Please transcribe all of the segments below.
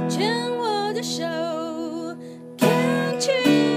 牵我的手 Can't you。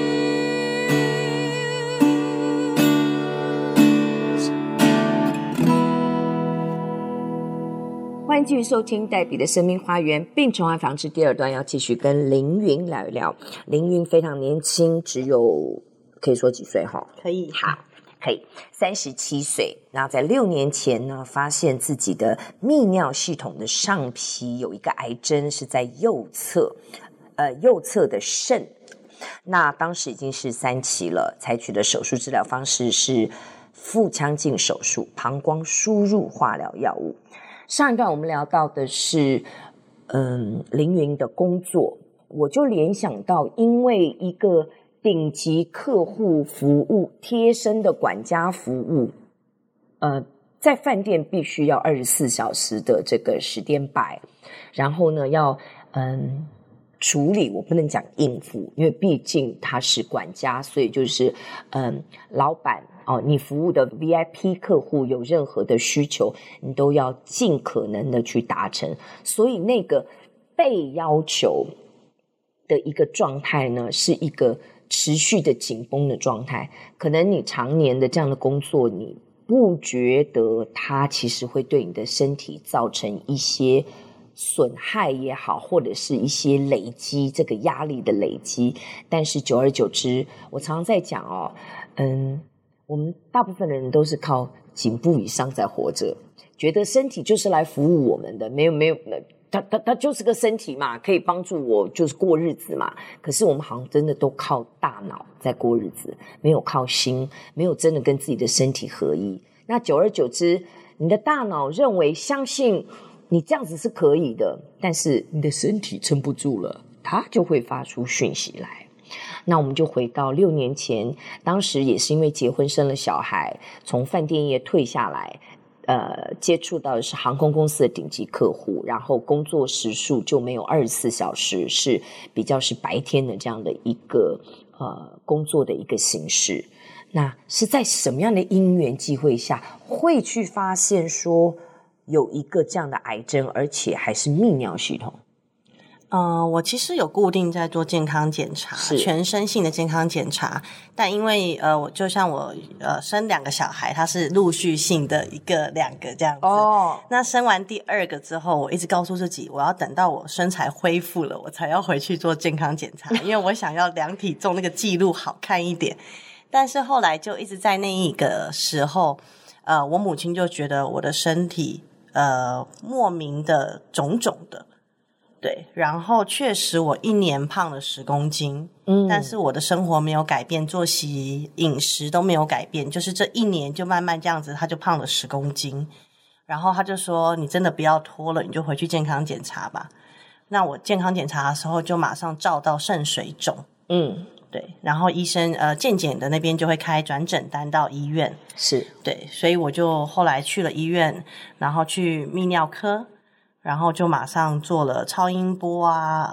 欢迎继续收听黛比的生命花园病虫害防治第二段，要继续跟凌云聊一聊。凌云非常年轻，只有可以说几岁哈？ 可以， 好，可以37岁。然后在6年前呢，发现自己的泌尿系统的上皮有一个癌症，是在右侧的肾。那当时已经是3期了，采取的手术治疗方式是腹腔镜手术、膀胱输入化疗药物。上一段我们聊到的是凌云的工作，我就联想到因为一个顶级客户服务贴身的管家服务，在饭店必须要24小时的这个时间摆，然后呢要处理，我不能讲应付，因为毕竟他是管家，所以就是老板你服务的 VIP 客户有任何的需求，你都要尽可能的去达成，所以那个被要求的一个状态呢，是一个持续的紧绷的状态。可能你常年的这样的工作，你不觉得它其实会对你的身体造成一些损害也好，或者是一些累积，这个压力的累积。但是久而久之，我常常在讲我们大部分的人都是靠颈部以上在活着，觉得身体就是来服务我们的，没有，它就是个身体嘛，可以帮助我就是过日子嘛。可是我们好像真的都靠大脑在过日子，没有靠心，没有真的跟自己的身体合一。那久而久之，你的大脑认为相信你这样子是可以的，但是你的身体撑不住了，它就会发出讯息来。那我们就回到6年前，当时也是因为结婚生了小孩，从饭店业退下来，接触到的是航空公司的顶级客户，然后工作时数就没有24小时，是比较是白天的这样的一个工作的一个形式。那是在什么样的因缘际会下会去发现说有一个这样的癌症，而且还是泌尿系统？ 我其实有固定在做健康检查，全身性的健康检查，但因为我就像我生2个小孩，它是陆续性的1个2个这样子。那生完第2个之后，我一直告诉自己，我要等到我身材恢复了，我才要回去做健康检查，因为我想要量体重那个记录好看一点。但是后来就一直在那一个时候，我母亲就觉得我的身体莫名的肿肿的。对，然后确实我1年胖了10公斤，但是我的生活没有改变，作息饮食都没有改变，就是这1年就慢慢这样子，他就胖了10公斤。然后他就说你真的不要拖了，你就回去健康检查吧。那我健康检查的时候就马上照到肾水肿，对，然后医生健检的那边就会开转诊单到医院， 是对，所以我就后来去了医院，然后去泌尿科，然后就马上做了超音波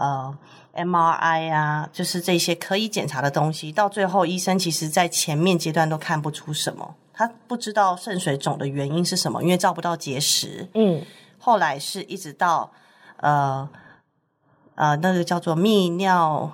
MRI 啊，就是这些可以检查的东西。到最后医生其实在前面阶段都看不出什么，他不知道肾水肿的原因是什么，因为照不到结石。后来是一直到那个叫做泌尿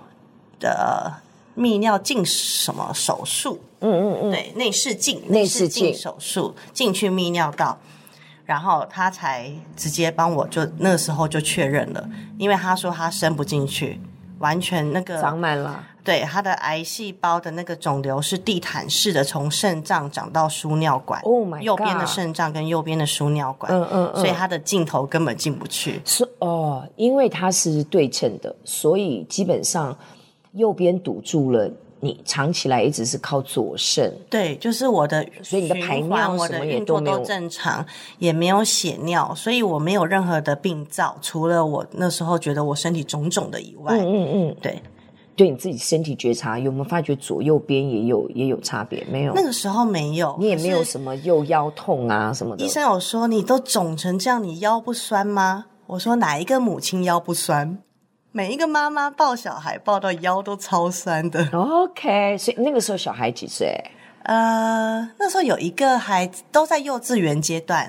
镜什么手术，对，内视镜手术进去泌尿道，然后他才直接帮我就那个时候就确认了，因为他说他伸不进去，完全那个长满了， 对，他的癌细胞的那个肿瘤是地毯式的，从肾脏长到输尿管 ，Oh my God， 右边的肾脏跟右边的输尿管，所以他的镜头根本进不去。 因为它是对称的，所以基本上右边堵住了，你长期来一直是靠左肾。 对，就是我的， 所以你的排尿什么也都没有， 我的运作都正常，也没有血尿，所以我没有任何的病灶，除了我那时候觉得我身体肿肿的以外。 对你自己身体觉察，有没有发觉左右边也有差别？没有， 那个时候没有， 你也没有什么右腰痛啊什么的。 医生有说你都肿成这样，你腰不酸吗？我说哪一个母亲腰不酸？每一个妈妈抱小孩抱到腰都超酸的。 OK， 所以那个时候小孩几岁？ 那时候有一个还都在幼稚园阶段。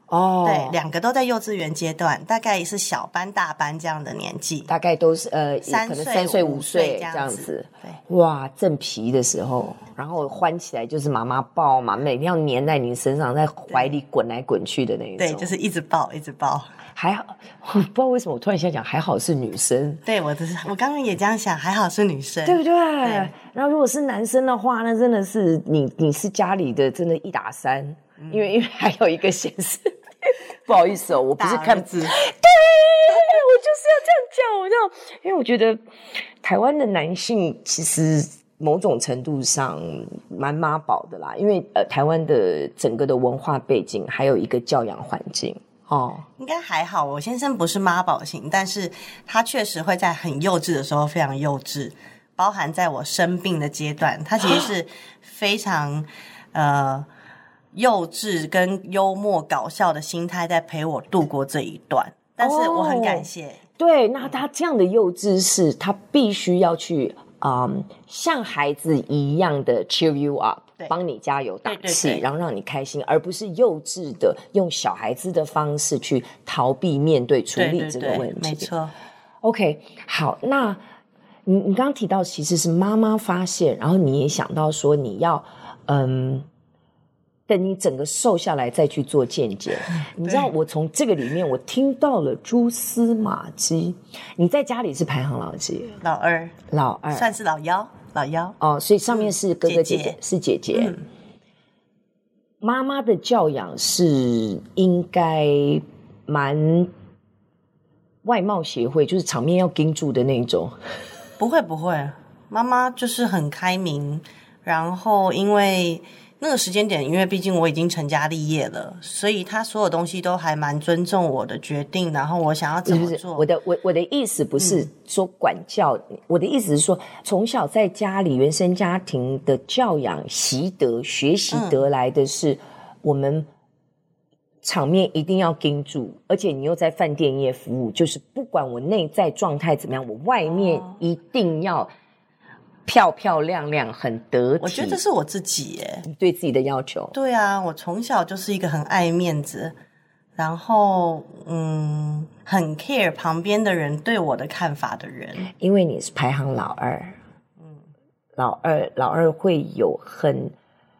哦， 对，2个都在幼稚园阶段，大概是小班大班这样的年纪， 大概都是可能3岁 5 5岁这样子。 对， 哇，正皮的时候，然后欢起来就是妈妈抱嘛，每天要黏在你身上，在怀里滚来滚去的那一种。 对，就是一直抱，一直抱。 还好，我不知道为什么我突然想讲，还好是女生。 对，我刚刚也这样想，还好是女生， 对不对？ 对。 然后如果是男生的话，那真的是你是家里的真的1打3，因为还有一个显示。不好意思哦，我不是看字，对，我就是要这样讲，我这样，因为我觉得台湾的男性其实某种程度上蛮妈宝的啦，因为台湾的整个的文化背景，还有一个教养环境。哦， 应该还好。我先生不是妈宝型，但是他确实会在很幼稚的时候非常幼稚，包含在我生病的阶段，他其实是非常幼稚跟幽默搞笑的心态在陪我度过这一段，但是我很感谢。 对，那他这样的幼稚是他必须要去像孩子一样的 cheer you up， 帮你加油打气，然后让你开心，而不是幼稚的用小孩子的方式去逃避面对处理这个问题。 没错。 OK， 好，那你刚刚提到其实是妈妈发现，然后你也想到说你要等你整个瘦下来再去做健检。你知道我从这个里面我听到了蛛丝马迹。你在家里是排行老几？ 老二，算是老幺哦，所以上面是哥哥姐姐，是姐姐。妈妈的教养是应该蛮外貌协会，就是场面要盯住的那种。 不会，妈妈就是很开明，然后因为那个时间点，因为毕竟我已经成家立业了，所以他所有东西都还蛮尊重我的决定，然后我想要怎么做。 我的意思不是说管教，我的意思是说，从小在家里原生家庭的教养习得、学习得来的是我们场面一定要盯住，而且你又在饭店业服务，就是不管我内在状态怎么样，我外面一定要漂漂亮亮，很得体。 我觉得这是我自己耶， 对自己的要求。 对啊，我从小就是一个很爱面子，然后很 care 旁边的人对我的看法的人。 因为你是排行老二，老二会有很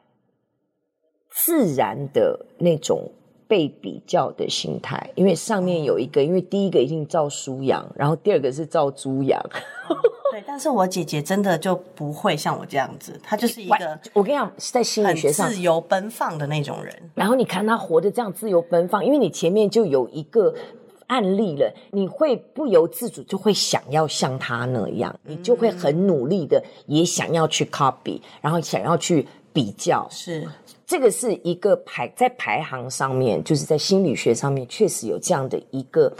自然的那种被比较的心态，因为上面有一个，因为第一个一定照书养，然后第二个是照猪养。 对，但是我姐姐真的就不会像我这样子，她就是一个我跟你讲，在心理学上很自由奔放的那种人。 然后你看她活得这样自由奔放，因为你前面就有一个案例了，你会不由自主就会想要像她那样，你就会很努力的也想要去 copy， 然后想要去比较。 是， 这个是一个在排行上面，就是在心理学上面确实有这样的一个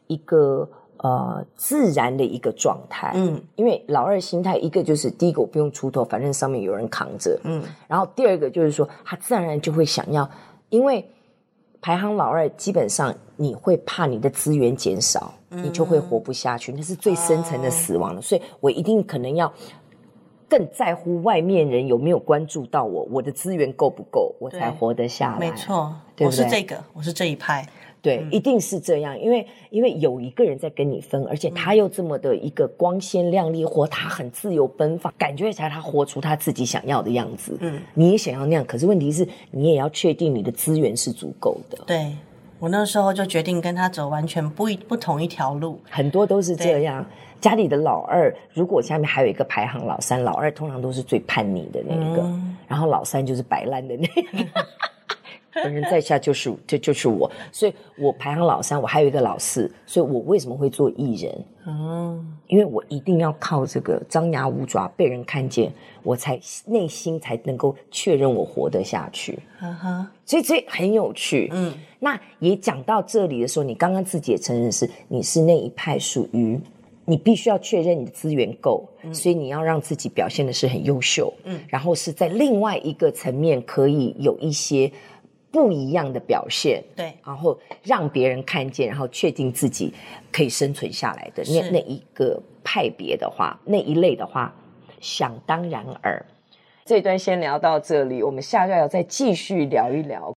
自然的一个状态。因为老二心态，一个就是第一个我不用出头，反正上面有人扛着。然后第二个就是说他自然而然就会想要，因为排行老二基本上你会怕你的资源减少，你就会活不下去，那是最深层的死亡了。所以我一定可能要更在乎外面人有没有关注到我的资源够不够，我才活得下来。 没错， 对不对？ 我是这一派。 对，一定是这样，因为有一个人在跟你分，而且他又这么的一个光鲜亮丽，或他很自由奔放，感觉起来他活出他自己想要的样子。你也想要那样，可是问题是你也要确定你的资源是足够的。 对，我那时候就决定跟他走完全不同一条路，很多都是这样。家里的老二，如果下面还有一个排行老三，老二通常都是最叛逆的那一个，然后老三就是摆烂的那个。本人在下这就是我，所以我排行老三，我还有一个老四，所以我为什么会做艺人？因为我一定要靠这个张牙舞爪被人看见，我才内心才能够确认我活得下去。所以这很有趣。那也讲到这里的时候，你刚刚自己也承认你是那一派属于你必须要确认你的资源够，所以你要让自己表现的是很优秀，然后是在另外一个层面可以有一些不一样的表现， 对， 然后让别人看见，然后确定自己可以生存下来的那一个派别的话，那一类的话，想当然尔。这一段先聊到这里，我们下段要再继续聊一聊。